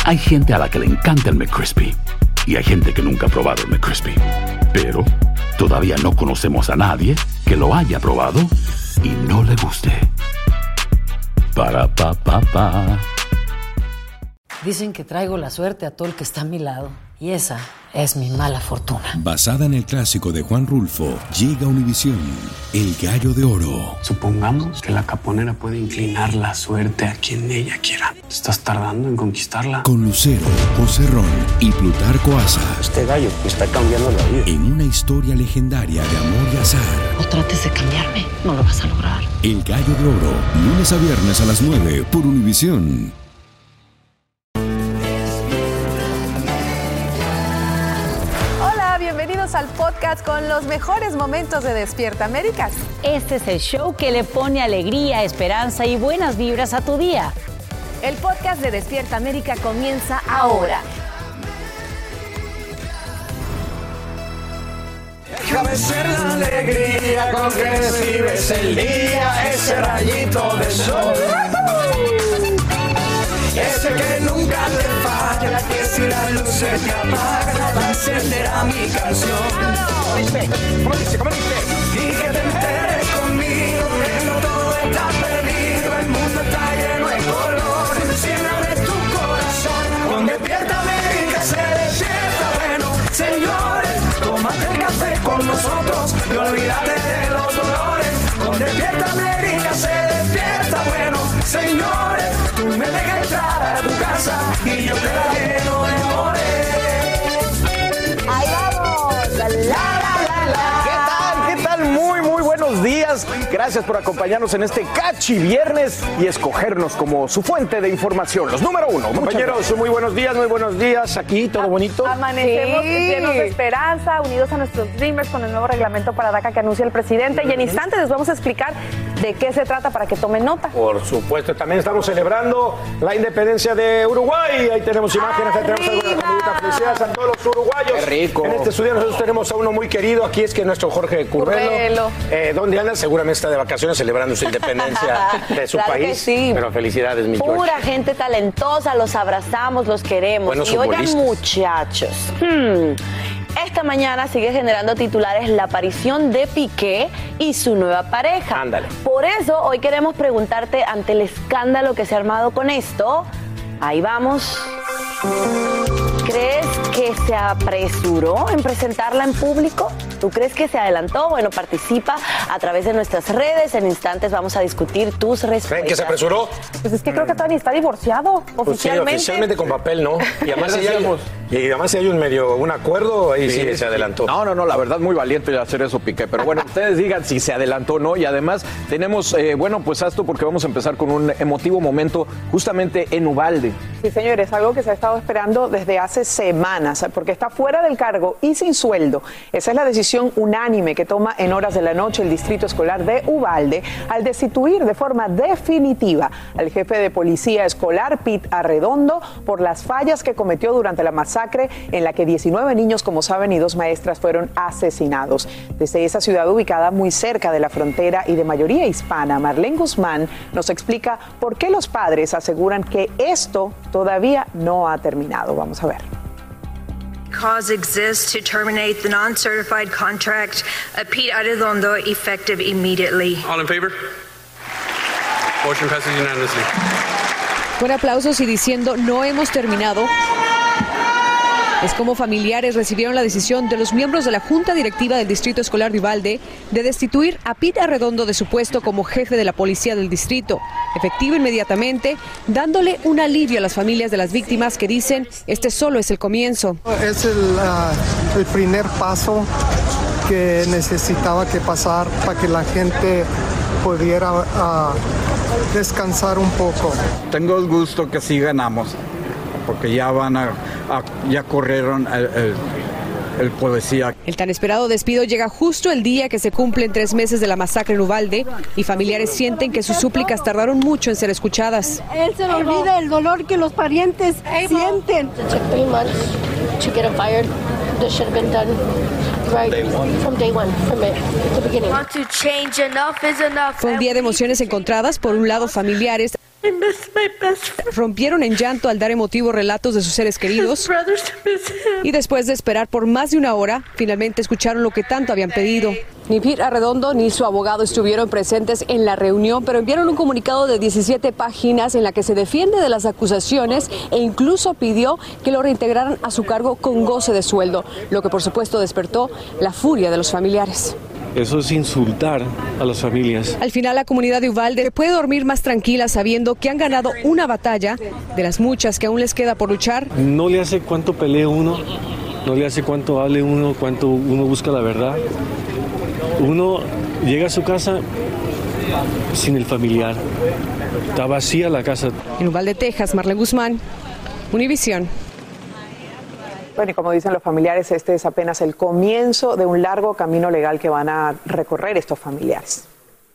Hay gente a la que le encanta el McCrispy y hay gente que nunca ha probado el McCrispy. Pero todavía no conocemos a nadie que lo haya probado y no le guste. Para pa pa pa. Dicen que traigo la suerte a todo el que está a mi lado. Y esa es mi mala fortuna. Basada en el clásico de Juan Rulfo, llega a Univisión, El Gallo de Oro. Supongamos que la caponera puede inclinar la suerte a quien ella quiera. ¿Estás tardando en conquistarla? Con Lucero, José Ron y Plutarco Asa. Este gallo me está cambiando la vida. En una historia legendaria de amor y azar. No trates de cambiarme, no lo vas a lograr. El Gallo de Oro, lunes a viernes a las 9 por Univisión. Bienvenidos al podcast con los mejores momentos de Despierta América. Este es el show que le pone alegría, esperanza y buenas vibras a tu día. El podcast de Despierta América comienza ahora. Déjame ser la alegría con que recibes el día, ese rayito de sol. Ese que nunca te falla, que si la luz se te apaga, va a encender a mi canción. ¿Cómo dice? Y que te enteres conmigo, que no todo está perdido, el mundo está lleno de colores, enciéndame tu corazón. Con Despierta América se despierta, bueno, señores, tómate el café con nosotros y olvídate de los dolores. Con Despierta América se despierta, bueno, señores, tú me dejas entrar a tu casa y yo te la lleno de amores. ¡Ahí vamos! ¿Qué tal? Muy buenos días. Gracias por acompañarnos en este Cachi Viernes y escogernos como su fuente de información. Los número uno. Compañeros, muy buenos días. Aquí, todo bonito. Amanecemos llenos de esperanza, unidos a nuestros Dreamers con el nuevo reglamento para DACA que anuncia el presidente. Y en instantes les vamos a explicar de qué se trata para que tomen nota. Por supuesto, también estamos celebrando la independencia de Uruguay. Ahí tenemos imágenes, ahí tenemos algunas comeditas. Felicidades a todos los uruguayos. Qué rico. En este estudio nosotros tenemos a uno muy querido. Aquí es que nuestro Jorge Curvelo. ¿Dónde anda? Seguramente está de vacaciones celebrando su independencia de su Claro país. que sí. Pero felicidades, mi George. Pura gente talentosa, los abrazamos, los queremos. Buenos y oigan, futbolistas. muchachos, esta mañana sigue generando titulares la aparición de Piqué y su nueva pareja. Ándale. Por eso hoy queremos preguntarte, ante el escándalo que se ha armado con esto, ahí vamos. ¿Crees que se apresuró en presentarla en público? ¿Tú crees que se adelantó? Bueno, participa a través de nuestras redes. En instantes vamos a discutir tus respuestas. ¿Creen que se apresuró? Pues es que creo que todavía está divorciado oficialmente. Sí, oficialmente con papel, ¿no? Y además si hay un acuerdo, ahí sí se adelantó. No, la verdad muy valiente de hacer eso, Piqué. Pero bueno, ustedes digan si se adelantó o no. Y además tenemos, pues esto porque vamos a empezar con un emotivo momento justamente en Uvalde. Sí, señores, algo que se ha estado esperando desde hace semanas, porque está fuera del cargo y sin sueldo. Esa es la decisión unánime que toma en horas de la noche el Distrito Escolar de Uvalde al destituir de forma definitiva al jefe de policía escolar, Pete Arredondo, por las fallas que cometió durante la masacre en la que 19 niños, como saben, y 2 maestras fueron asesinados. Desde esa ciudad ubicada muy cerca de la frontera y de mayoría hispana, Marlene Guzmán nos explica por qué los padres aseguran que esto todavía no ha terminado. Vamos a ver. Cause exists to terminate the non-certified contract of Pete Arredondo effective immediately. All in favor? Motion passes unanimously. Con aplausos y diciendo no hemos terminado. Es como familiares recibieron la decisión de los miembros de la Junta Directiva del Distrito Escolar de Uvalde de destituir a Pete Arredondo de su puesto como jefe de la policía del distrito, efectivo inmediatamente, dándole un alivio a las familias de las víctimas que dicen este solo es el comienzo. Es el primer paso que necesitaba que pasar para que la gente pudiera descansar un poco. Tengo el gusto que sí ganamos, porque ya ya corrieron el policía. El tan esperado despido llega justo el día que se cumplen 3 meses de la masacre en Uvalde y familiares sienten que sus súplicas tardaron mucho en ser escuchadas. Él se le olvida el dolor que los parientes sienten. Fue un día de emociones encontradas. Por un lado, familiares Rompieron en llanto al dar emotivos relatos de sus seres queridos y después de esperar por más de una hora, finalmente escucharon lo que tanto habían pedido. Ni Pete Arredondo ni su abogado estuvieron presentes en la reunión, pero enviaron un comunicado de 17 páginas en la que se defiende de las acusaciones e incluso pidió que lo reintegraran a su cargo con goce de sueldo, lo que por supuesto despertó la furia de los familiares. Eso es insultar a las familias. Al final, la comunidad de Uvalde puede dormir más tranquila sabiendo que han ganado una batalla de las muchas que aún les queda por luchar. No le hace cuánto pelee uno, no le hace cuánto hable uno, cuánto uno busca la verdad. Uno llega a su casa sin el familiar. Está vacía la casa. En Uvalde, Texas, Marlene Guzmán, Univisión. Bueno, y como dicen los familiares, este es apenas el comienzo de un largo camino legal que van a recorrer estos familiares.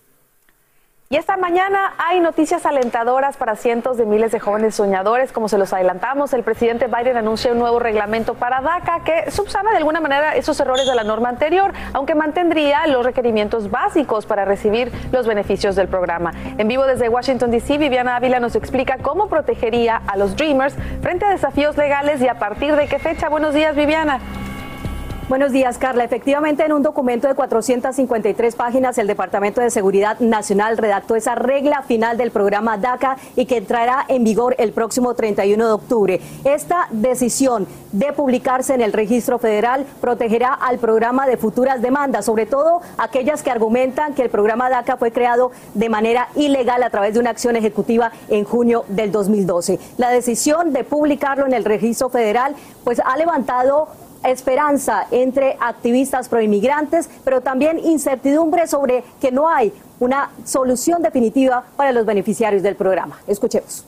Y esta mañana hay noticias alentadoras para cientos de miles de jóvenes soñadores. Como se los adelantamos, el presidente Biden anuncia un nuevo reglamento para DACA que subsana de alguna manera esos errores de la norma anterior, aunque mantendría los requerimientos básicos para recibir los beneficios del programa. En vivo desde Washington, D.C., Viviana Ávila nos explica cómo protegería a los Dreamers frente a desafíos legales y a partir de qué fecha. Buenos días, Viviana. Buenos días, Carla. Efectivamente, en un documento de 453 páginas, el Departamento de Seguridad Nacional redactó esa regla final del programa DACA y que entrará en vigor el próximo 31 de octubre. Esta decisión de publicarse en el registro federal protegerá al programa de futuras demandas, sobre todo aquellas que argumentan que el programa DACA fue creado de manera ilegal a través de una acción ejecutiva en junio del 2012. La decisión de publicarlo en el registro federal pues ha levantado esperanza entre activistas proinmigrantes, pero también incertidumbre sobre que no hay una solución definitiva para los beneficiarios del programa. Escuchemos.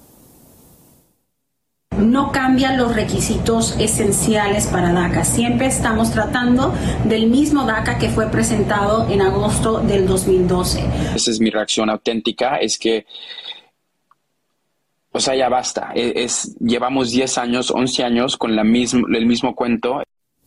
No cambian los requisitos esenciales para DACA. Siempre estamos tratando del mismo DACA que fue presentado en agosto del 2012. Esa es mi reacción auténtica, es que o sea, ya basta. Llevamos 10 años, 11 años con el mismo cuento.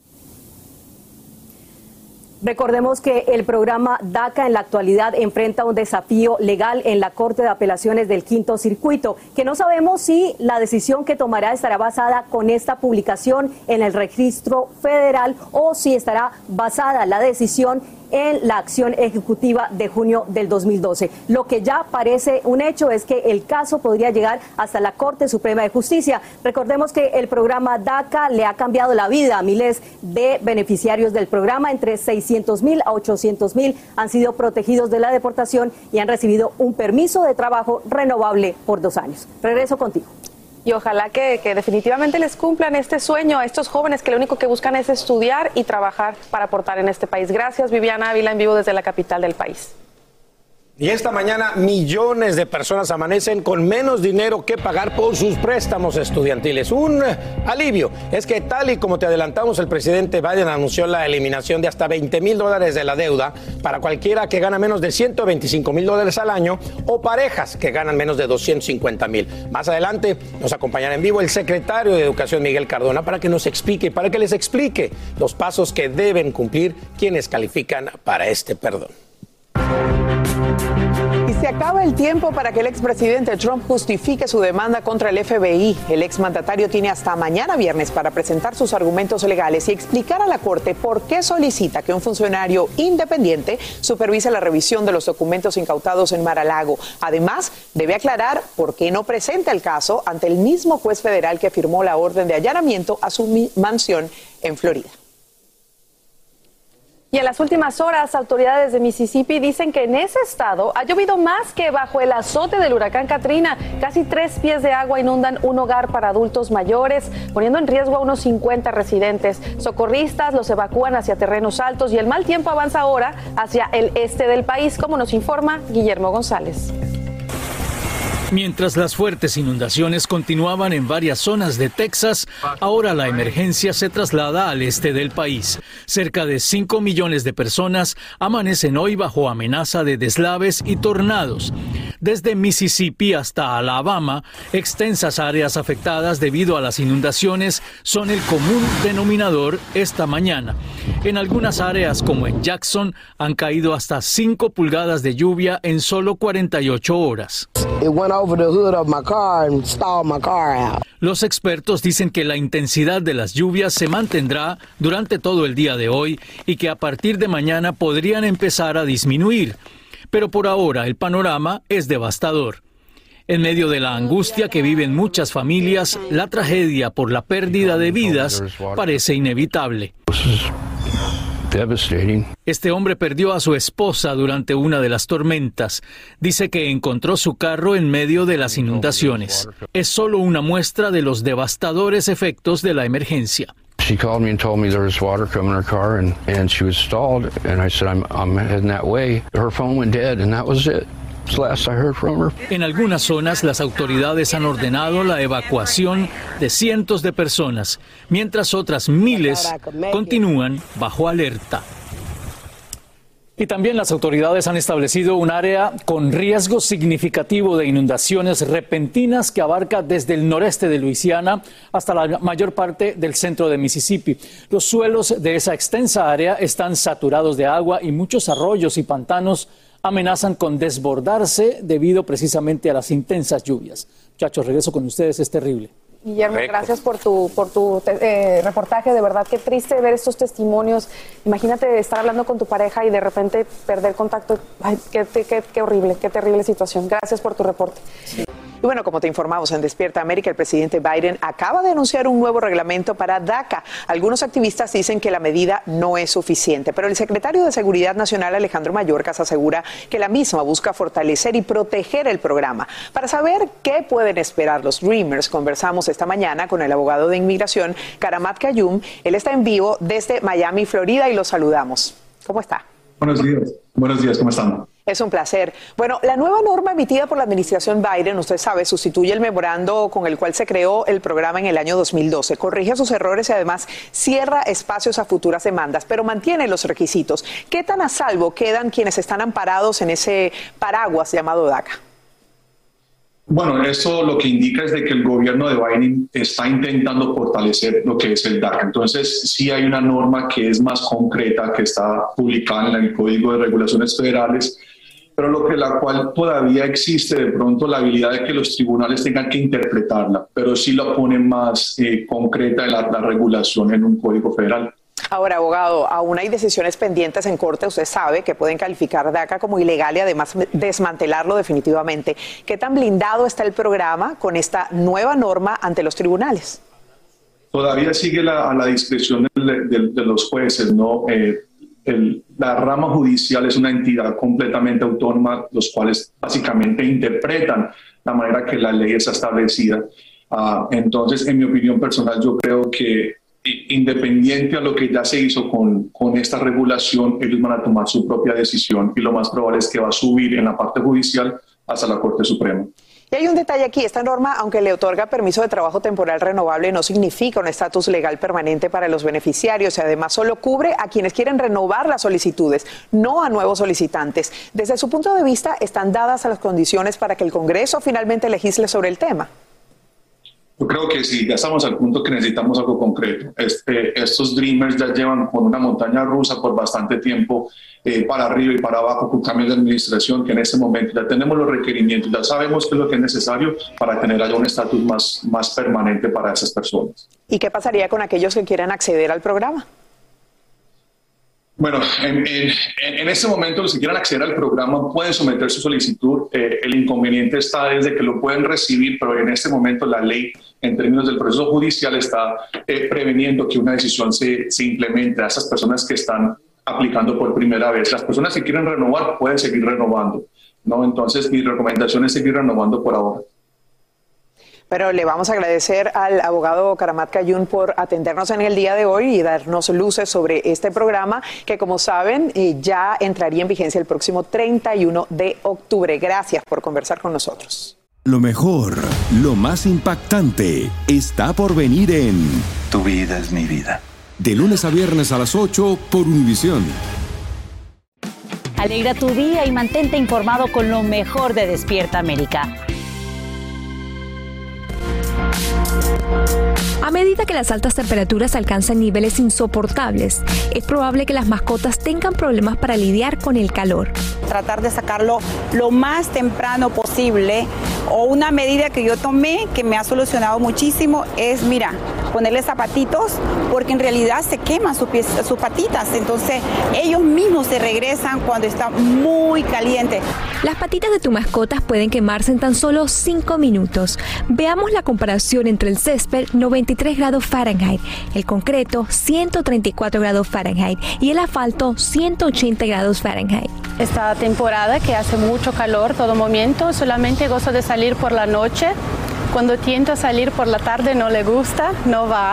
Recordemos que el programa DACA en la actualidad enfrenta un desafío legal en la Corte de Apelaciones del Quinto Circuito, que no sabemos si la decisión que tomará estará basada con esta publicación en el registro federal o si estará basada la decisión en la acción ejecutiva de junio del 2012. Lo que ya parece un hecho es que el caso podría llegar hasta la Corte Suprema de Justicia. Recordemos que el programa DACA le ha cambiado la vida a miles de beneficiarios del programa. Entre 600,000 a 800,000 han sido protegidos de la deportación y han recibido un permiso de trabajo renovable por 2 años. Regreso contigo. Y ojalá que definitivamente les cumplan este sueño a estos jóvenes que lo único que buscan es estudiar y trabajar para aportar en este país. Gracias, Viviana Ávila, en vivo desde la capital del país. Y esta mañana millones de personas amanecen con menos dinero que pagar por sus préstamos estudiantiles. Un alivio. Es que tal y como te adelantamos, el presidente Biden anunció la eliminación de hasta $20,000 de la deuda para cualquiera que gana menos de $125,000 al año o parejas que ganan menos de $250,000. Más adelante nos acompañará en vivo el secretario de Educación, Miguel Cardona, para que nos explique, para que les explique los pasos que deben cumplir quienes califican para este perdón. Y se acaba el tiempo para que el expresidente Trump justifique su demanda contra el FBI. El exmandatario tiene hasta mañana viernes para presentar sus argumentos legales y explicar a la Corte por qué solicita que un funcionario independiente supervise la revisión de los documentos incautados en Mar-a-Lago. Además, debe aclarar por qué no presenta el caso ante el mismo juez federal que firmó la orden de allanamiento a su mansión en Florida. Y en las últimas horas, autoridades de Mississippi dicen que en ese estado ha llovido más que bajo el azote del huracán Katrina. Casi 3 pies de agua inundan un hogar para adultos mayores, poniendo en riesgo a unos 50 residentes. Socorristas los evacúan hacia terrenos altos y el mal tiempo avanza ahora hacia el este del país, como nos informa Guillermo González. Mientras las fuertes inundaciones continuaban en varias zonas de Texas, ahora la emergencia se traslada al este del país. Cerca de 5 millones de personas amanecen hoy bajo amenaza de deslaves y tornados. Desde Mississippi hasta Alabama, extensas áreas afectadas debido a las inundaciones son el común denominador esta mañana. En algunas áreas, como en Jackson, han caído hasta 5 pulgadas de lluvia en solo 48 horas. over the hood of my car and stalled my car out. Los expertos dicen que la intensidad de las lluvias se mantendrá durante todo el día de hoy y que a partir de mañana podrían empezar a disminuir. Pero por ahora el panorama es devastador. En medio de la angustia que viven muchas familias, la tragedia por la pérdida de vidas parece inevitable. Este hombre perdió a su esposa durante una de las tormentas. Dice que encontró su carro en medio de las inundaciones. Es solo una muestra de los devastadores efectos de la emergencia. She called me and told me there was water coming in her car and she was stalled. And I said, I'm heading that way. Her phone went dead and that was it. It's the last I heard from her. En algunas zonas las autoridades han ordenado la evacuación de cientos de personas, mientras otras miles continúan bajo alerta. Y también las autoridades han establecido un área con riesgo significativo de inundaciones repentinas que abarca desde el noreste de Luisiana hasta la mayor parte del centro de Mississippi. Los suelos de esa extensa área están saturados de agua y muchos arroyos y pantanos amenazan con desbordarse debido precisamente a las intensas lluvias. Muchachos, regreso con ustedes, es terrible. Guillermo, gracias por tu reportaje. De verdad, qué triste ver estos testimonios. Imagínate estar hablando con tu pareja y de repente perder contacto. Ay, qué horrible, qué terrible situación. Gracias por tu reporte. Sí. Y bueno, como te informamos en Despierta América, el presidente Biden acaba de anunciar un nuevo reglamento para DACA. Algunos activistas dicen que la medida no es suficiente, pero el secretario de Seguridad Nacional, Alejandro Mayorkas, asegura que la misma busca fortalecer y proteger el programa. Para saber qué pueden esperar los Dreamers, conversamos esta mañana con el abogado de inmigración, Karamat Qayyum. Él está en vivo desde Miami, Florida, y lo saludamos. ¿Cómo está? Buenos días, ¿cómo están? Es un placer. Bueno, la nueva norma emitida por la administración Biden, usted sabe, sustituye el memorando con el cual se creó el programa en el año 2012, corrige sus errores y además cierra espacios a futuras demandas, pero mantiene los requisitos. ¿Qué tan a salvo quedan quienes están amparados en ese paraguas llamado DACA? Bueno, eso lo que indica es de que el gobierno de Biden está intentando fortalecer lo que es el DACA. Entonces, sí hay una norma que es más concreta, que está publicada en el Código de Regulaciones Federales, pero la cual todavía existe de pronto la habilidad de que los tribunales tengan que interpretarla, pero sí la pone más concreta en la regulación en un código federal. Ahora, abogado, aún hay decisiones pendientes en corte. Usted sabe que pueden calificar DACA como ilegal y además desmantelarlo definitivamente. ¿Qué tan blindado está el programa con esta nueva norma ante los tribunales? Todavía sigue a la discreción de los jueces, ¿no? La rama judicial es una entidad completamente autónoma, los cuales básicamente interpretan la manera que la ley está establecida. Entonces, en mi opinión personal, yo creo que independiente a lo que ya se hizo con esta regulación, ellos van a tomar su propia decisión y lo más probable es que va a subir en la parte judicial hasta la Corte Suprema. Y hay un detalle aquí, esta norma, aunque le otorga permiso de trabajo temporal renovable, no significa un estatus legal permanente para los beneficiarios y además solo cubre a quienes quieren renovar las solicitudes, no a nuevos solicitantes. Desde su punto de vista, ¿están dadas las condiciones para que el Congreso finalmente legisle sobre el tema? Yo creo que sí, ya estamos al punto que necesitamos algo concreto. Estos Dreamers ya llevan con una montaña rusa por bastante tiempo, para arriba y para abajo, con cambios de administración, que en este momento ya tenemos los requerimientos, ya sabemos qué es lo que es necesario para tener allá un estatus más permanente para esas personas. ¿Y qué pasaría con aquellos que quieran acceder al programa? Bueno, en este momento los que quieran acceder al programa pueden someter su solicitud. El inconveniente está desde que lo pueden recibir, pero en este momento la ley, en términos del proceso judicial, está preveniendo que una decisión se implemente a esas personas que están aplicando por primera vez. Las personas que quieren renovar pueden seguir renovando, ¿no? Entonces, mi recomendación es seguir renovando por ahora. Pero le vamos a agradecer al abogado Karamat Qayyum por atendernos en el día de hoy y darnos luces sobre este programa que, como saben, ya entraría en vigencia el próximo 31 de octubre. Gracias por conversar con nosotros. Lo mejor, lo más impactante, está por venir en Tu vida es mi vida. De lunes a viernes a las 8 por Univisión. Alegra tu día y mantente informado con lo mejor de Despierta América. A medida que las altas temperaturas alcanzan niveles insoportables, es probable que las mascotas tengan problemas para lidiar con el calor. Tratar de sacarlo lo más temprano posible, o una medida que yo tomé que me ha solucionado muchísimo es, mira, ponerle zapatitos, porque en realidad se queman sus patitas, entonces ellos mismos se regresan cuando está muy caliente. Las patitas de tu mascota pueden quemarse en tan solo 5 minutos. Veamos la comparación entre el césped 93 grados Fahrenheit, el concreto 134 grados Fahrenheit y el asfalto 180 grados Fahrenheit. Esta temporada que hace mucho calor todo momento, solamente gozo de salir por la noche. Cuando tiento salir por la tarde no le gusta, no va.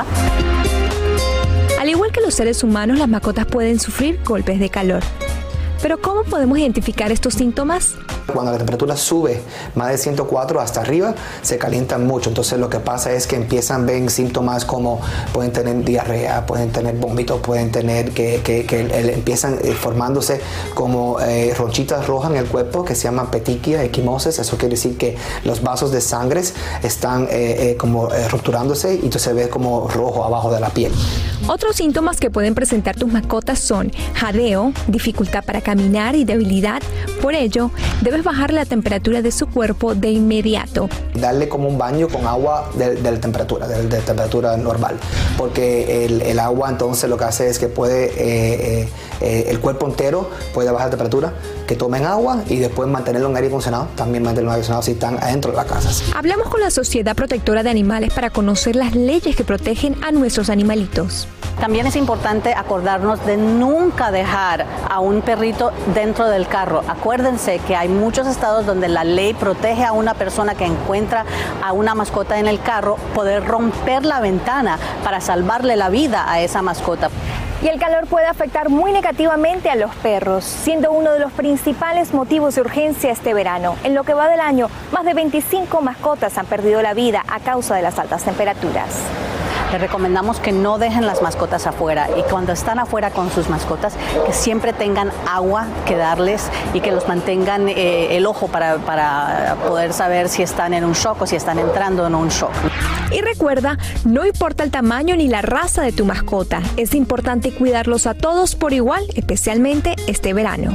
Al igual que los seres humanos, las mascotas pueden sufrir golpes de calor. Pero ¿cómo podemos identificar estos síntomas? Cuando la temperatura sube más de 104 hasta arriba, se calientan mucho. Entonces lo que pasa es que empiezan a ver síntomas como pueden tener diarrea, pueden tener vómitos, pueden tener empiezan formándose como ronchitas rojas en el cuerpo que se llaman petequias, equimosis. Eso quiere decir que los vasos de sangre están rupturándose y entonces se ve como rojo abajo de la piel. Otros síntomas que pueden presentar tus mascotas son jadeo, dificultad para caminar y debilidad. Por ello, debes bajar la temperatura de su cuerpo de inmediato. Darle como un baño con agua de temperatura normal, porque el agua entonces lo que hace es que puede, el cuerpo entero puede bajar la temperatura, que tomen agua y después mantenerlo en aire acondicionado, también mantenerlo en aire acondicionado si están adentro de la casa. Hablamos con la Sociedad Protectora de Animales para conocer las leyes que protegen a nuestros animalitos. También es importante acordarnos de nunca dejar a un perrito dentro del carro. Acuérdense que hay muchos estados donde la ley protege a una persona que encuentra a una mascota en el carro poder romper la ventana para salvarle la vida a esa mascota. Y el calor puede afectar muy negativamente a los perros, siendo uno de los principales motivos de urgencia este verano. En lo que va del año, más de 25 mascotas han perdido la vida a causa de las altas temperaturas. Les recomendamos que no dejen las mascotas afuera y cuando están afuera con sus mascotas que siempre tengan agua que darles y que los mantengan el ojo para poder saber si están en un shock o si están entrando en un shock. Y recuerda, no importa el tamaño ni la raza de tu mascota, es importante cuidarlos a todos por igual, especialmente este verano.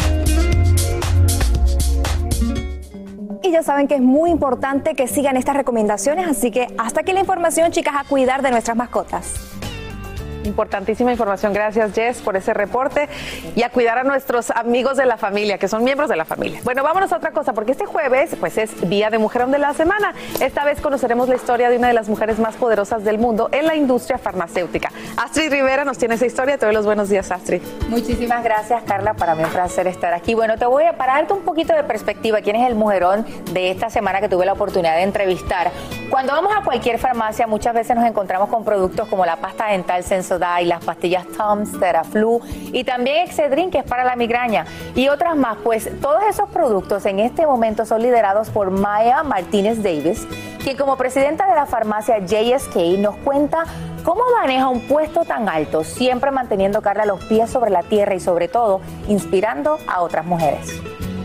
Y ya saben que es muy importante que sigan estas recomendaciones, así que hasta aquí la información, chicas, a cuidar de nuestras mascotas. Importantísima información. Gracias, Jess, por ese reporte y a cuidar a nuestros amigos de la familia, que son miembros de la familia. Bueno, vámonos a otra cosa, porque este jueves pues es Día de Mujerón de la Semana. Esta vez conoceremos la historia de una de las mujeres más poderosas del mundo en la industria farmacéutica. Astrid Rivera nos tiene esa historia. Te doy los buenos días, Astrid. Muchísimas gracias, Carla. Para mí es un placer estar aquí. Bueno, para darte un poquito de perspectiva, ¿quién es el mujerón de esta semana que tuve la oportunidad de entrevistar? Cuando vamos a cualquier farmacia, muchas veces nos encontramos con productos como la pasta dental Sensodyne, las pastillas Tums, Theraflu y también Excedrin, que es para la migraña, y otras más. Pues todos esos productos en este momento son liderados por Maya Martínez Davis, quien como presidenta de la farmacia JSK nos cuenta cómo maneja un puesto tan alto, siempre manteniendo, Carla, los pies sobre la tierra y sobre todo inspirando a otras mujeres.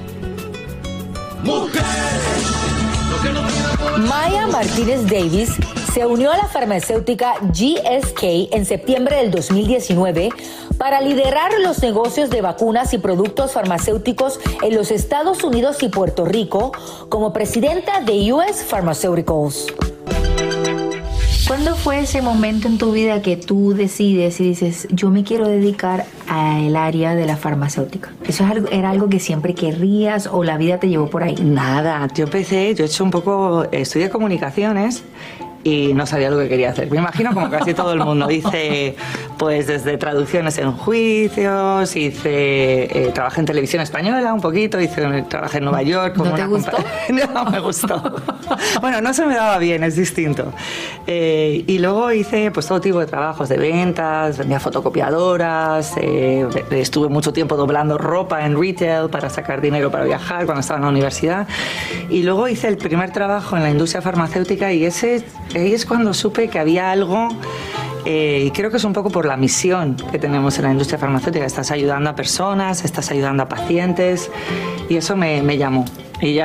Maya Martínez Davis se unió a la farmacéutica GSK en septiembre del 2019 para liderar los negocios de vacunas y productos farmacéuticos en los Estados Unidos y Puerto Rico como presidenta de US Pharmaceuticals. ¿Cuándo fue ese momento en tu vida que tú decides y dices, yo me quiero dedicar al área de la farmacéutica? ¿Eso era algo que siempre querrías o la vida te llevó por ahí? Nada, yo he hecho un poco, estudié comunicaciones y no sabía lo que quería hacer. Me imagino como casi todo el mundo. Hice pues desde traducciones en juicios, trabajé en televisión española un poquito, trabajé en Nueva York. ¿No te gustó? No me gustó. Bueno, no se me daba bien, es distinto. Y luego hice pues todo tipo de trabajos de ventas, vendía fotocopiadoras, estuve mucho tiempo doblando ropa en retail para sacar dinero para viajar cuando estaba en la universidad. Y luego hice el primer trabajo en la industria farmacéutica y ahí es cuando supe que había algo, y creo que es un poco por la misión que tenemos en la industria farmacéutica. Estás ayudando a personas, estás ayudando a pacientes y eso me llamó. Y ya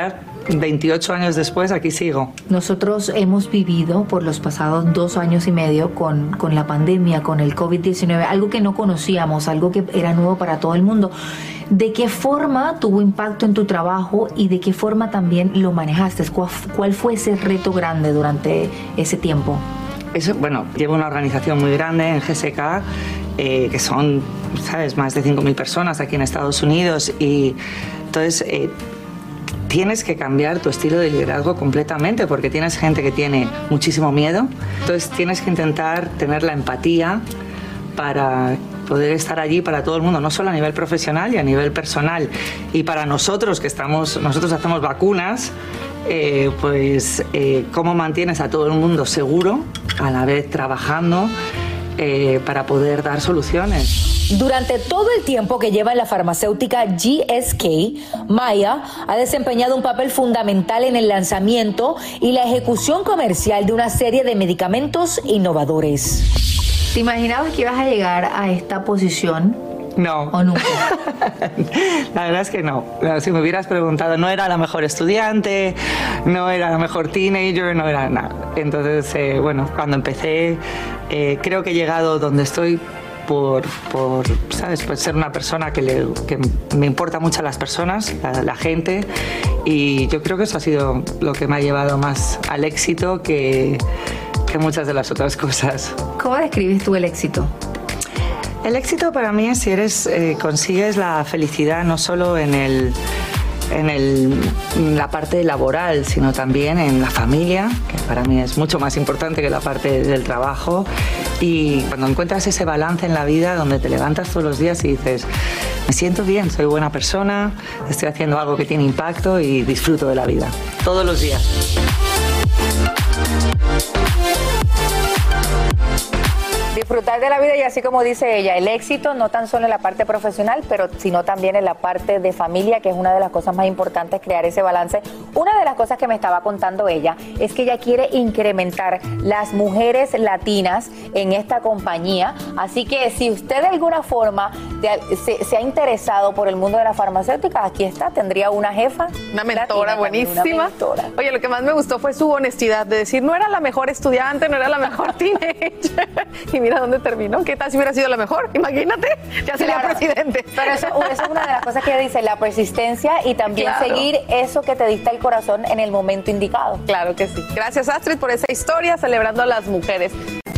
28 años después, aquí sigo. Nosotros hemos vivido por los pasados 2 años y medio con la pandemia, con el COVID-19, algo que no conocíamos, algo que era nuevo para todo el mundo. ¿De qué forma tuvo impacto en tu trabajo y de qué forma también lo manejaste? ¿Cuál fue ese reto grande durante ese tiempo? Bueno, llevo una organización muy grande en GSK, que son, ¿sabes?, más de 5.000 personas aquí en Estados Unidos, y entonces tienes que cambiar tu estilo de liderazgo completamente porque tienes gente que tiene muchísimo miedo, entonces tienes que intentar tener la empatía para poder estar allí para todo el mundo, no solo a nivel profesional y a nivel personal. Y para nosotros nosotros hacemos vacunas, cómo mantienes a todo el mundo seguro, a la vez trabajando para poder dar soluciones. Durante todo el tiempo que lleva en la farmacéutica GSK, Maya ha desempeñado un papel fundamental en el lanzamiento y la ejecución comercial de una serie de medicamentos innovadores. ¿Te imaginabas que ibas a llegar a esta posición? No. ¿O nunca? La verdad es que no. Si me hubieras preguntado, no era la mejor estudiante, no era la mejor teenager, no era nada. Entonces, cuando empecé, creo que he llegado donde estoy ¿sabes? Por ser una persona que me importa mucho a las personas, la gente, y yo creo que eso ha sido lo que me ha llevado más al éxito que muchas de las otras cosas. ¿Cómo describes tú el éxito? El éxito para mí es si consigues la felicidad no solo en la parte laboral, sino también en la familia, que para mí es mucho más importante que la parte del trabajo. Y cuando encuentras ese balance en la vida donde te levantas todos los días y dices, me siento bien, soy buena persona, estoy haciendo algo que tiene impacto y disfruto de la vida, todos los días. Disfrutar de la vida, y así como dice ella, el éxito no tan solo en la parte profesional, pero sino también en la parte de familia, que es una de las cosas más importantes, crear ese balance. Una de las cosas que me estaba contando ella es que ella quiere incrementar las mujeres latinas en esta compañía, así que si usted de alguna forma se ha interesado por el mundo de la farmacéutica, aquí está, tendría una jefa. Una mentora buenísima. Una mentora. Oye, lo que más me gustó fue su honestidad de decir, no era la mejor estudiante, no era la mejor teenager. Y mira dónde terminó. ¿Qué tal si hubiera sido la mejor? Imagínate, ya sería presidente. Pero eso es una de las cosas que ella dice, la persistencia y también seguir eso que te dicta el corazón en el momento indicado. Claro que sí. Gracias, Astrid, por esa historia celebrando a las mujeres.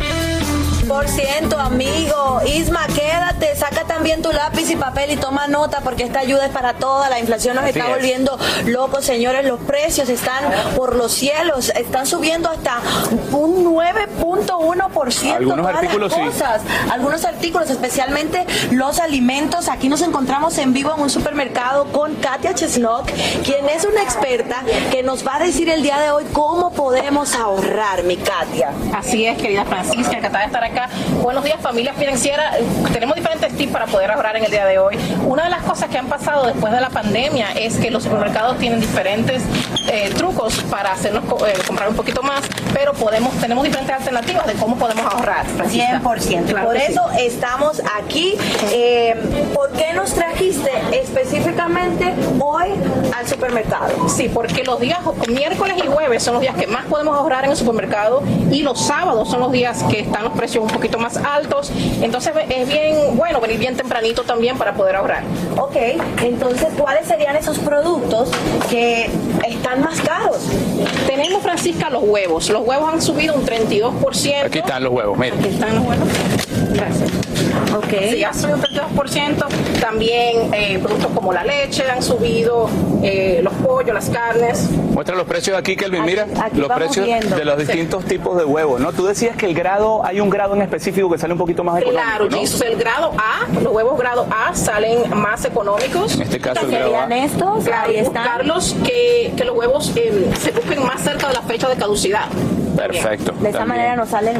% amigo. Isma, quédate, saca también tu lápiz y papel y toma nota porque esta ayuda es para toda. La inflación nos está volviendo locos, señores. Los precios están por los cielos, están subiendo hasta un 9.1%. Algunos artículos sí. Algunos artículos, especialmente los alimentos. Aquí nos encontramos en vivo en un supermercado con Katia Cheslock, quien es una experta que nos va a decir el día de hoy cómo podemos ahorrar, mi Katia. Así es, querida Francisca, encantada de estar acá. Buenos días, familia financiera. Tenemos diferentes tips para poder ahorrar en el día de hoy. Una de las cosas que han pasado después de la pandemia es que los supermercados tienen diferentes trucos para hacernos comprar un poquito más, pero tenemos diferentes alternativas de cómo podemos ahorrar. Francisca. 100%. Claro, por eso estamos aquí. ¿Por qué nos trajiste específicamente hoy al supermercado? Sí, porque los días miércoles y jueves son los días que más podemos ahorrar en el supermercado y los sábados son los días que están los precios un poquito más altos, entonces es bien bueno venir bien tempranito también para poder ahorrar. Ok, entonces ¿cuáles serían esos productos que están más caros? Tenemos, Francisca, los huevos han subido un 32%. Aquí están los huevos, mira. Aquí están los huevos. Gracias. Okay. Sí, ha subido un 32%. También productos como la leche han subido, los pollos, las carnes. Muestra los precios aquí, Kelvin, mira, aquí los precios viendo. de los distintos tipos de huevos, ¿no? Tú decías que hay un grado en específico que sale un poquito más económico, claro, ¿no? Jesus, el grado A, los huevos grado A salen más económicos. En este caso el grado A. Estos? Claro, ahí están. buscarlos que los huevos se busquen más cerca de la fecha de caducidad. Perfecto. De esa manera nos salen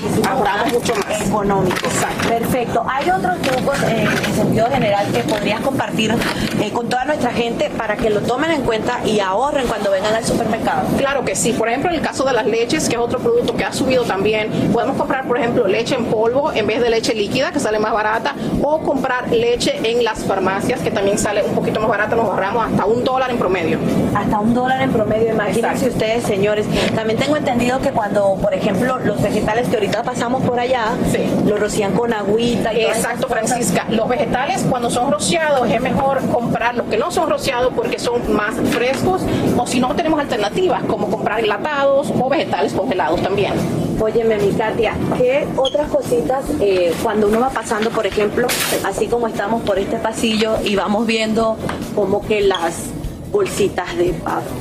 mucho más económicos. Perfecto. ¿Hay otros trucos en sentido general que podrías compartir con toda nuestra gente para que lo tomen en cuenta y ahorren cuando vengan al supermercado? Claro que sí. Por ejemplo, en el caso de las leches, que es otro producto que ha subido también, podemos comprar, por ejemplo, leche en polvo en vez de leche líquida, que sale más barata, o comprar leche en las farmacias, que también sale un poquito más barata. Nos ahorramos hasta $1 en promedio. Hasta $1 en promedio, imagínense ustedes, señores. También tengo entendido que cuando, por ejemplo, los vegetales que ahorita pasamos por allá, los rocían con agüita. Y exacto, Francisca. Los vegetales, cuando son rociados, es mejor comprar los que no son rociados porque son más frescos, o si no, tenemos alternativas como comprar enlatados o vegetales congelados también. Óyeme, mi Katia, ¿qué otras cositas cuando uno va pasando, por ejemplo, así como estamos por este pasillo y vamos viendo como que las bolsitas de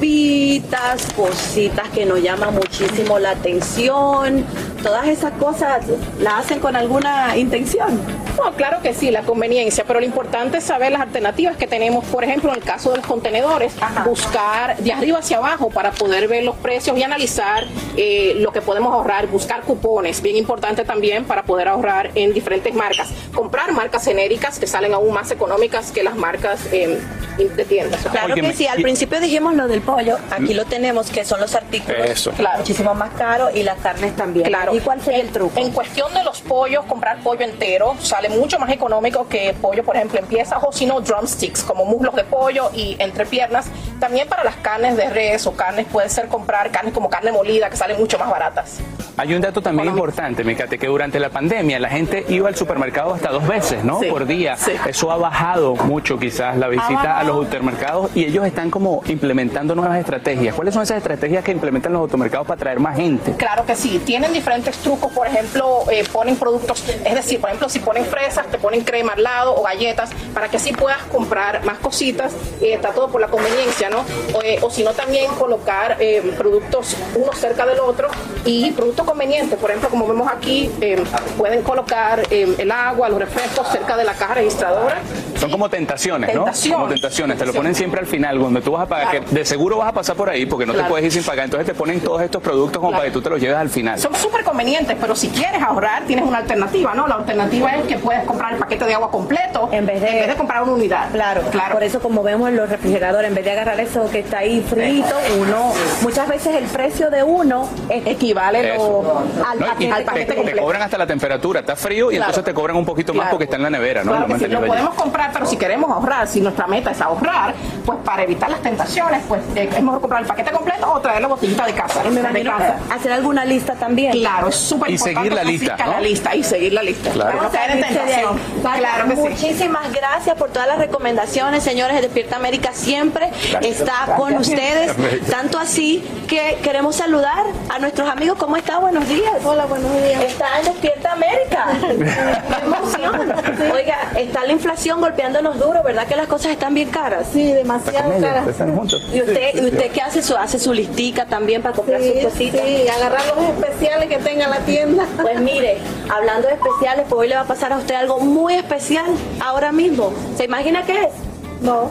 papitas, cositas que nos llaman muchísimo la atención, todas esas cosas las hacen con alguna intención? No, claro que sí, la conveniencia, pero lo importante es saber las alternativas que tenemos. Por ejemplo, en el caso de los contenedores, buscar de arriba hacia abajo para poder ver los precios y analizar lo que podemos ahorrar, buscar cupones, bien importante también para poder ahorrar en diferentes marcas. Comprar marcas genéricas que salen aún más económicas que las marcas de tiendas. Claro que sí, al principio dijimos lo del pollo, aquí lo tenemos, que son los artículos muchísimo más caros y las carnes también. Claro. ¿Y cuál sería el truco? En cuestión de los pollos, comprar pollo entero sale mucho más económico que pollo, por ejemplo, en piezas, o si no, drumsticks, como muslos de pollo y entrepiernas. También para las carnes de res o carnes, puede ser comprar carnes como carne molida, que salen mucho más baratas. Hay un dato también importante, Mikate, que durante la pandemia la gente iba al supermercado hasta 2 veces, ¿no? Por día. Eso ha bajado mucho quizás la visita a los automercados, y ellos están como implementando nuevas estrategias. ¿Cuáles son esas estrategias que implementan los automercados para atraer más gente? Claro que sí, tienen diferentes trucos. Por ejemplo, ponen productos, es decir, por ejemplo, si ponen fresas, te ponen crema al lado o galletas, para que así puedas comprar más cositas. Está todo por la conveniencia, ¿no? O si no, también colocar productos uno cerca del otro y productos convenientes. Por ejemplo, como vemos aquí, pueden colocar el agua, los refrescos cerca de la caja registradora. Son como tentaciones, ¿no? Como tentaciones, te lo ponen siempre al final, donde tú vas a pagar, que de seguro vas a pasar por ahí porque no te puedes ir sin pagar. Entonces te ponen todos estos productos como para que tú te los lleves al final. Son súper convenientes, pero si quieres ahorrar, tienes una alternativa, ¿no? La alternativa es que puedes comprar el paquete de agua completo en vez de comprar una unidad. Claro. Por eso, como vemos en los refrigeradores, en vez de agarrar eso que está ahí frito, uno, muchas veces el precio de uno equivale al paquete completo. Te cobran hasta la temperatura, está frío y entonces te cobran un poquito más porque está en la nevera, ¿no? Claro, lo podemos comprar, pero si queremos ahorrar, si nuestra meta es ahorrar, pues para evitar las tentaciones, pues es mejor comprar el paquete completo o traer la botellita de casa. Hacer alguna lista también. Claro, es súper importante. Y seguir la lista, ¿no? La lista y seguir la lista. Claro. Para no caer en tentación. Claro que muchísimas gracias por todas las recomendaciones, señores. Despierta América siempre está con ustedes, tanto así que queremos saludar a nuestros amigos. ¿Cómo está? Buenos días. Hola, buenos días. Está en Despierta América. ¡Qué emoción! Oiga, está la inflación golpeándonos duro, ¿verdad que las cosas están bien caras? Sí, demasiado caras. ¿Y usted qué hace? ¿Hace su listica también para comprar sus cositas? Sí, agarrar los especiales que tenga la tienda. Pues mire, hablando de especiales, pues hoy le va a pasar a usted algo muy especial ahora mismo. ¿Se imagina qué es? No.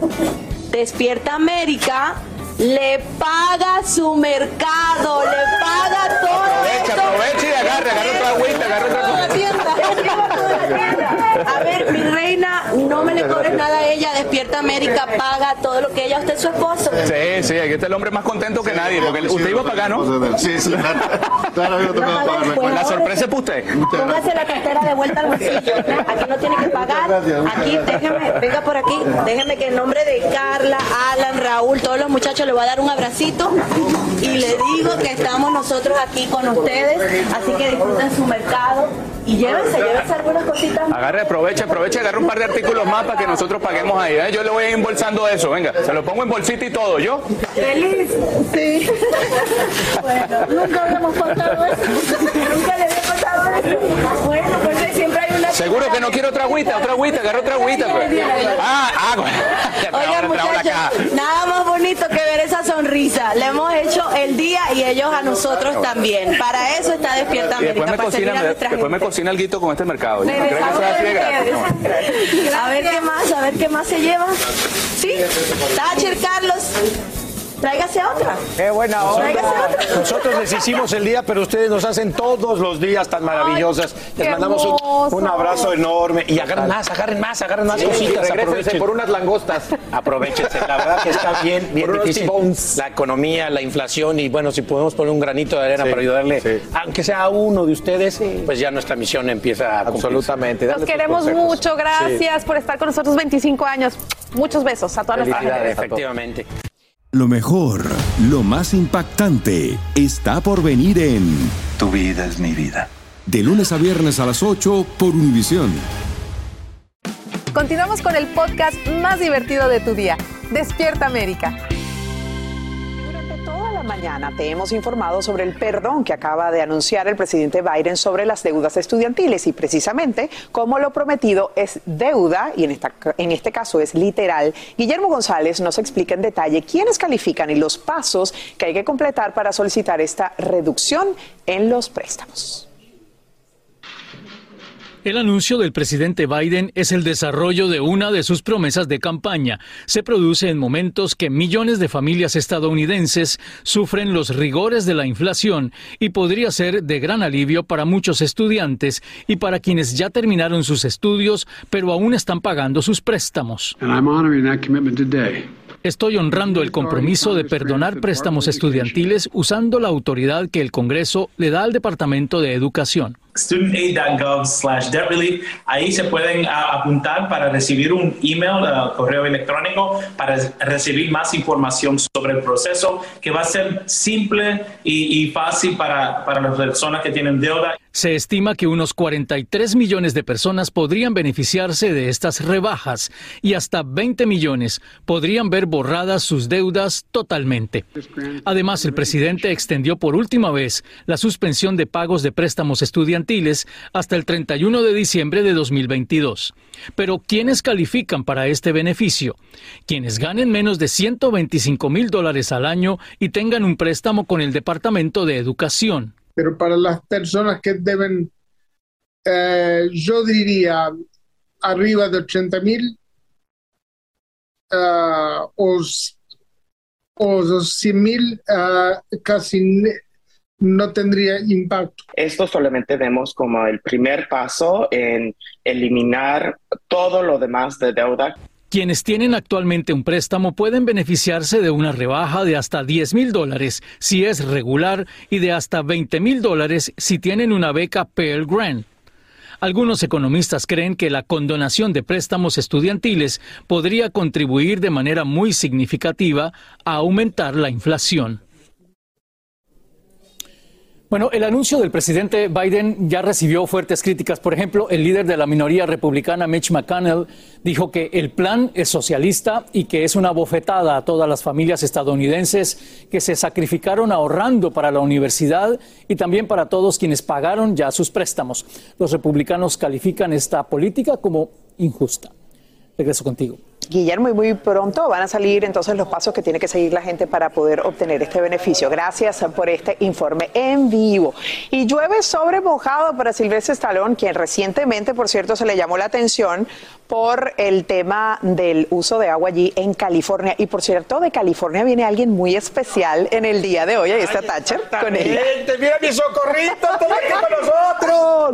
Despierta América le paga su mercado, le paga todo. Aprovecha y agarra otra agüita, agarra otra tienda. A ver, mi reina, no me le cobres nada a ella. Despierta América paga todo lo que ella, usted es su esposo. Sí, aquí está el hombre más contento que nadie, porque usted iba a pagar, ¿no? Sí, claro, yo tengo que pagar. La sorpresa es para usted. Póngase la cartera de vuelta al bolsillo. Aquí no tiene que pagar. Aquí, venga por aquí. Déjeme que en nombre de Carla, Alan, Raúl, todos los muchachos, le voy a dar un abracito y le digo que estamos nosotros aquí con ustedes, así que disfruten su mercado y llévense algunas cositas. Aprovecha, agarra un par de artículos más para que nosotros paguemos ahí, ¿eh? Yo le voy a ir embolsando eso, venga, se lo pongo en bolsita y todo, ¿yo? ¿Feliz? Sí. Bueno, nunca habíamos contado eso. Nunca le había contado eso. Bueno, pues siempre hay una... Seguro que no quiere otra agüita, agarra otra agüita. Pues. Oigan, muchachos, nada más bonito que ver esa sonrisa. Le hemos hecho el día y ellos a nosotros también. Para eso está Despierta América. Después me cocina alguito con este mercado. A ver qué más se lleva. Sí, Thatcher, Carlos. Tráigase otra. Qué buena onda. Nosotros les hicimos el día, pero ustedes nos hacen todos los días tan maravillosas. Les mandamos un abrazo enorme. Y agarren más cositas. Regrésense por unas langostas. Aprovechense. La verdad que está bien difícil. La economía, la inflación y bueno, si podemos poner un granito de arena para ayudarle, aunque sea a uno de ustedes, pues ya nuestra misión empieza a cumplirse. Absolutamente. Los queremos mucho. Gracias por estar con nosotros 25 años. Muchos besos a toda nuestra gente. Efectivamente. Lo mejor, lo más impactante, está por venir en Tu vida es mi vida. De lunes a viernes a las 8 por Univisión. Continuamos con el podcast más divertido de tu día. Despierta América. Mañana te hemos informado sobre el perdón que acaba de anunciar el presidente Biden sobre las deudas estudiantiles y precisamente como lo prometido es deuda y en este caso es literal. Guillermo González nos explica en detalle quiénes califican y los pasos que hay que completar para solicitar esta reducción en los préstamos. El anuncio del presidente Biden es el desarrollo de una de sus promesas de campaña. Se produce en momentos que millones de familias estadounidenses sufren los rigores de la inflación y podría ser de gran alivio para muchos estudiantes y para quienes ya terminaron sus estudios pero aún están pagando sus préstamos. Estoy honrando el compromiso de perdonar préstamos estudiantiles usando la autoridad que el Congreso le da al Departamento de Educación. studentaid.gov/debt relief. Ahí se pueden apuntar para recibir un email, correo electrónico, para recibir más información sobre el proceso, que va a ser simple y fácil para las personas que tienen deuda. Se estima que unos 43 millones de personas podrían beneficiarse de estas rebajas y hasta 20 millones podrían ver borradas sus deudas totalmente. Además, el presidente extendió por última vez la suspensión de pagos de préstamos estudiantiles hasta el 31 de diciembre de 2022. Pero, ¿quiénes califican para este beneficio? Quienes ganen menos de $125,000 al año y tengan un préstamo con el Departamento de Educación. Pero para las personas que deben, yo diría, arriba de 80,000 o 100,000, casi no tendría impacto. Esto solamente vemos como el primer paso en eliminar todo lo demás de deuda. Quienes tienen actualmente un préstamo pueden beneficiarse de una rebaja de hasta $10,000 si es regular y de hasta $20,000 si tienen una beca Pell Grant. Algunos economistas creen que la condonación de préstamos estudiantiles podría contribuir de manera muy significativa a aumentar la inflación. Bueno, el anuncio del presidente Biden ya recibió fuertes críticas. Por ejemplo, el líder de la minoría republicana, Mitch McConnell, dijo que el plan es socialista y que es una bofetada a todas las familias estadounidenses que se sacrificaron ahorrando para la universidad y también para todos quienes pagaron ya sus préstamos. Los republicanos califican esta política como injusta. Regreso contigo. Guillermo, y muy pronto van a salir entonces los pasos que tiene que seguir la gente para poder obtener este beneficio. Gracias por este informe en vivo. Y llueve sobre mojado para Sylvester Stallone, quien recientemente, por cierto, se le llamó la atención por el tema del uso de agua allí en California. Y por cierto, de California viene alguien muy especial en el día de hoy. Ahí está Thatcher con ella. ¡Mira mi socorrito! ¡Está aquí con nosotros!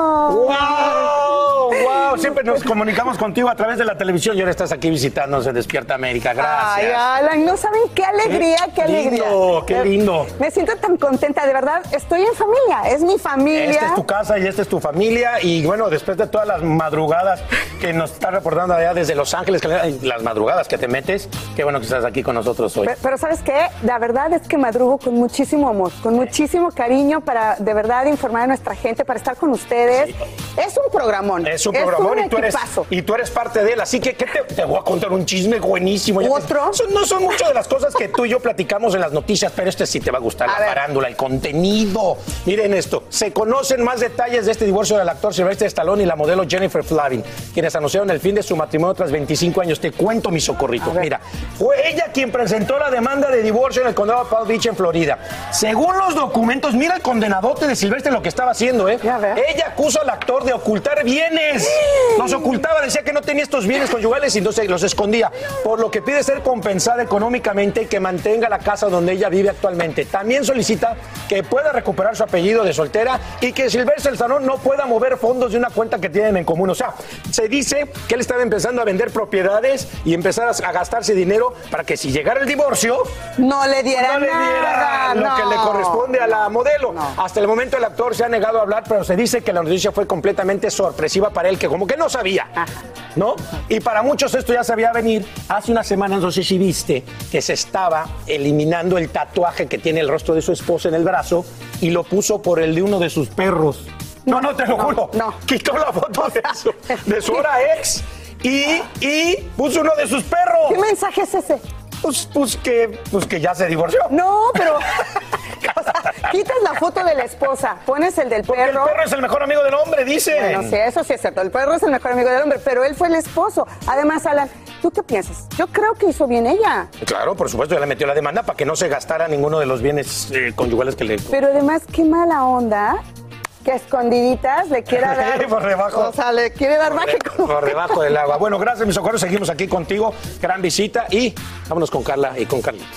¡Wow! ¡Wow! Siempre nos comunicamos contigo a través de la televisión y ahora estás aquí visitándonos en Despierta América. Gracias. Ay, Alan, no saben qué alegría, qué alegría. ¡Qué lindo! Me siento tan contenta, de verdad. Estoy en familia, es mi familia. Esta es tu casa y esta es tu familia. Y bueno, después de todas las madrugadas que nos están reportando allá desde Los Ángeles, las madrugadas que te metes, qué bueno que estás aquí con nosotros hoy. Pero ¿sabes qué? La verdad es que madrugo con muchísimo amor, con muchísimo cariño para de verdad informar a nuestra gente, para estar con ustedes. Sí. Es un programón. Es un programón y tú eres parte de él. Así que te voy a contar un chisme buenísimo. ¿Otro? No son muchas de las cosas que tú y yo platicamos en las noticias, pero este sí te va a gustar, la farándula, el contenido. Miren esto. Se conocen más detalles de este divorcio del actor Sylvester Stallone y la modelo Jennifer Flavin, quienes anunciaron el fin de su matrimonio tras 25 años. Te cuento, mi socorrito. Mira, fue ella quien presentó la demanda de divorcio en el condado de Palm Beach, en Florida. Según los documentos, mira el condenadote de Sylvester lo que estaba haciendo, ¿eh? Ella acusa al actor de ocultar bienes. Los ocultaba, decía que no tenía estos bienes conyugales y entonces los escondía, por lo que pide ser compensada económicamente y que mantenga la casa donde ella vive actualmente. También solicita que pueda recuperar su apellido de soltera y que Sylvester Stallone no pueda mover fondos de una cuenta que tienen en común. O sea, se dice que él estaba empezando a vender propiedades y empezar a gastarse dinero para que si llegara el divorcio no le diera nada, lo que le corresponde a la modelo. Hasta el momento el actor se ha negado a hablar, pero se dice que la noticia fue completamente sorpresiva para él, que como que no sabía, ¿no? Y para muchos esto ya sabía venir. Hace unas semanas, no sé si viste, que se estaba eliminando el tatuaje que tiene el rostro de su esposa en el brazo y lo puso por el de uno de sus perros. No, te lo juro. Quitó la foto de su ahora ex y puso uno de sus perros. ¿Qué mensaje es ese? Pues que ya se divorció. No, pero o sea, quitas la foto de la esposa, pones el del Porque perro. El perro es el mejor amigo del hombre, dicen. Bueno, sí, eso sí es cierto. El perro es el mejor amigo del hombre, pero él fue el esposo. Además, Alan, ¿tú qué piensas? Yo creo que hizo bien ella. Claro, por supuesto, ya le metió la demanda para que no se gastara ninguno de los bienes conyugales que le... Pero además, qué mala onda que a escondiditas le quiera dar... por debajo. O sea, le quiere dar baje. Por debajo del agua. Bueno, gracias, mis socorros. Seguimos aquí contigo. Gran visita y vámonos con Carla y con Carlitos.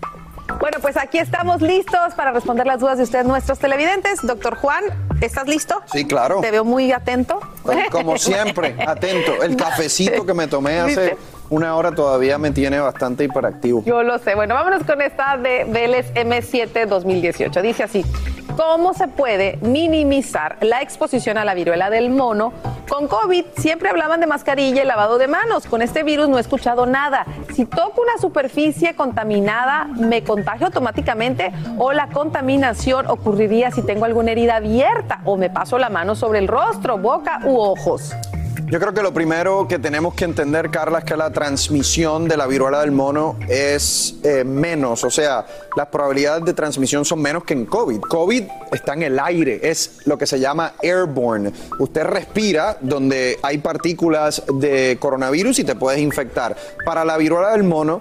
Bueno, pues aquí estamos listos para responder las dudas de ustedes, nuestros televidentes. Doctor Juan, ¿estás listo? Sí, claro. Te veo muy atento. Como siempre, atento. El cafecito que me tomé hace una hora todavía me tiene bastante hiperactivo. Yo lo sé. Bueno, vámonos con esta de Vélez M7 2018. Dice así: ¿cómo se puede minimizar la exposición a la viruela del mono? Con COVID siempre hablaban de mascarilla y lavado de manos. Con este virus no he escuchado nada. Si toco una superficie contaminada, ¿me contagio automáticamente? ¿O la contaminación ocurriría si tengo alguna herida abierta? ¿O me paso la mano sobre el rostro, boca u ojos? Yo creo que lo primero que tenemos que entender, Carla, es que la transmisión de la viruela del mono es menos. O sea, las probabilidades de transmisión son menos que en COVID. COVID está en el aire, es lo que se llama airborne. Usted respira donde hay partículas de coronavirus y te puedes infectar. Para la viruela del mono,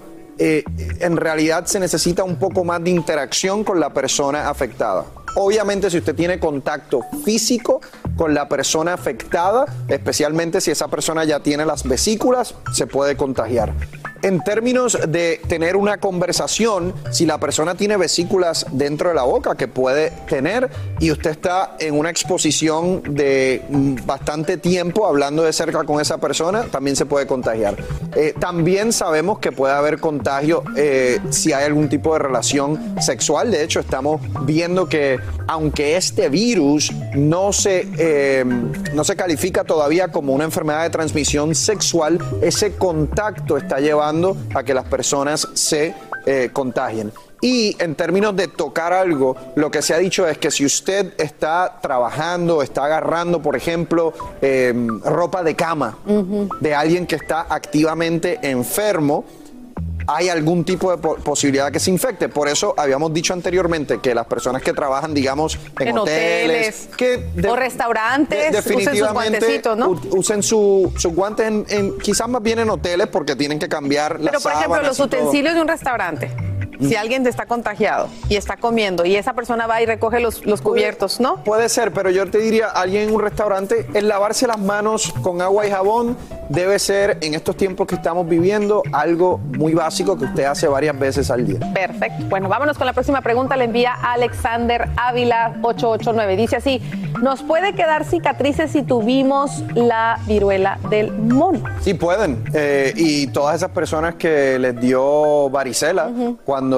en realidad se necesita un poco más de interacción con la persona afectada. Obviamente, si usted tiene contacto físico con la persona afectada, especialmente si esa persona ya tiene las vesículas, se puede contagiar. En términos de tener una conversación, si la persona tiene vesículas dentro de la boca, que puede tener, y usted está en una exposición de bastante tiempo hablando de cerca con esa persona, también se puede contagiar. También sabemos que puede haber contagio si hay algún tipo de relación sexual. De hecho, estamos viendo que aunque este virus no se califica todavía como una enfermedad de transmisión sexual, ese contacto está llevando a que las personas se contagien. Y en términos de tocar algo, lo que se ha dicho es que si usted está trabajando, está agarrando, por ejemplo, ropa de cama de alguien que está activamente enfermo, hay algún tipo de posibilidad que se infecte. Por eso habíamos dicho anteriormente que las personas que trabajan, digamos, en hoteles o restaurantes, definitivamente usen sus guantecitos, ¿no? Usen sus guantes quizás más bien en hoteles porque tienen que cambiar las Pero, por ejemplo, los utensilios de un restaurante. Si alguien está contagiado y está comiendo y esa persona va y recoge los cubiertos, ¿no? Puede ser, pero yo te diría, alguien en un restaurante, el lavarse las manos con agua y jabón debe ser, en estos tiempos que estamos viviendo, algo muy básico que usted hace varias veces al día. Perfecto. Bueno, vámonos con la próxima pregunta. Le envía Alexander Ávila 889. Dice así: ¿nos puede quedar cicatrices si tuvimos la viruela del mono? Sí, pueden. Y todas esas personas que les dio varicela cuando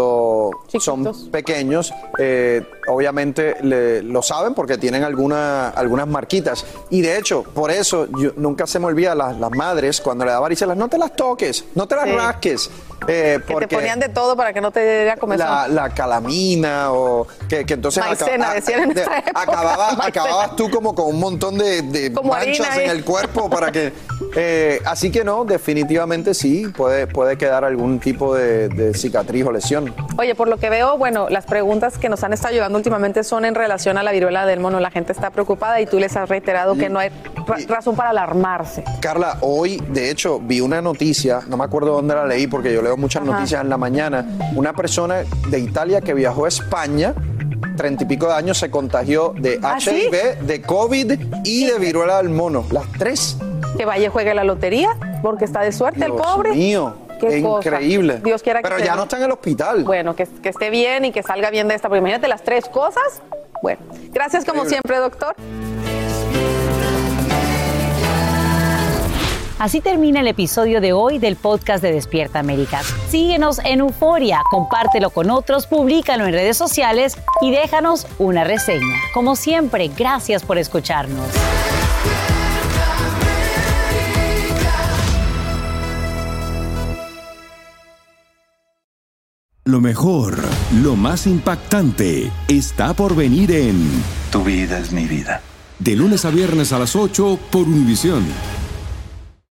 son pequeños, obviamente lo saben porque tienen algunas marquitas. Y de hecho, por eso nunca se me olvida las madres cuando le da varicela: no te las toques, no te las rasques. Que te ponían de todo para que no te diera comezón. La calamina o que entonces maicena, decían en esta época. Acababas tú como con un montón de manchas en el cuerpo para que... así que no, definitivamente sí, puede quedar algún tipo de cicatriz o lesión. Oye, por lo que veo, bueno, las preguntas que nos han estado llegando últimamente son en relación a la viruela del mono. La gente está preocupada y tú les has reiterado que no hay razón para alarmarse. Carla, hoy, de hecho, vi una noticia, no me acuerdo dónde la leí porque yo leo muchas noticias en la mañana. Una persona de Italia que viajó a España, 30 y pico de años, se contagió de HIV, de COVID y de viruela del mono. Las tres. que vaya y juegue la lotería, porque está de suerte el pobre. Dios mío, Qué increíble. cosa. Dios quiera que Pero ya no está en el hospital. Bueno, que esté bien y que salga bien de esta, porque imagínate las 3 cosas. Bueno, gracias como siempre, doctor. Así termina el episodio de hoy del podcast de Despierta América. Síguenos en Euforia, compártelo con otros, públicalo en redes sociales y déjanos una reseña. Como siempre, gracias por escucharnos. Lo mejor, lo más impactante, está por venir en Tu vida es mi vida. De lunes a viernes a las 8 por Univisión.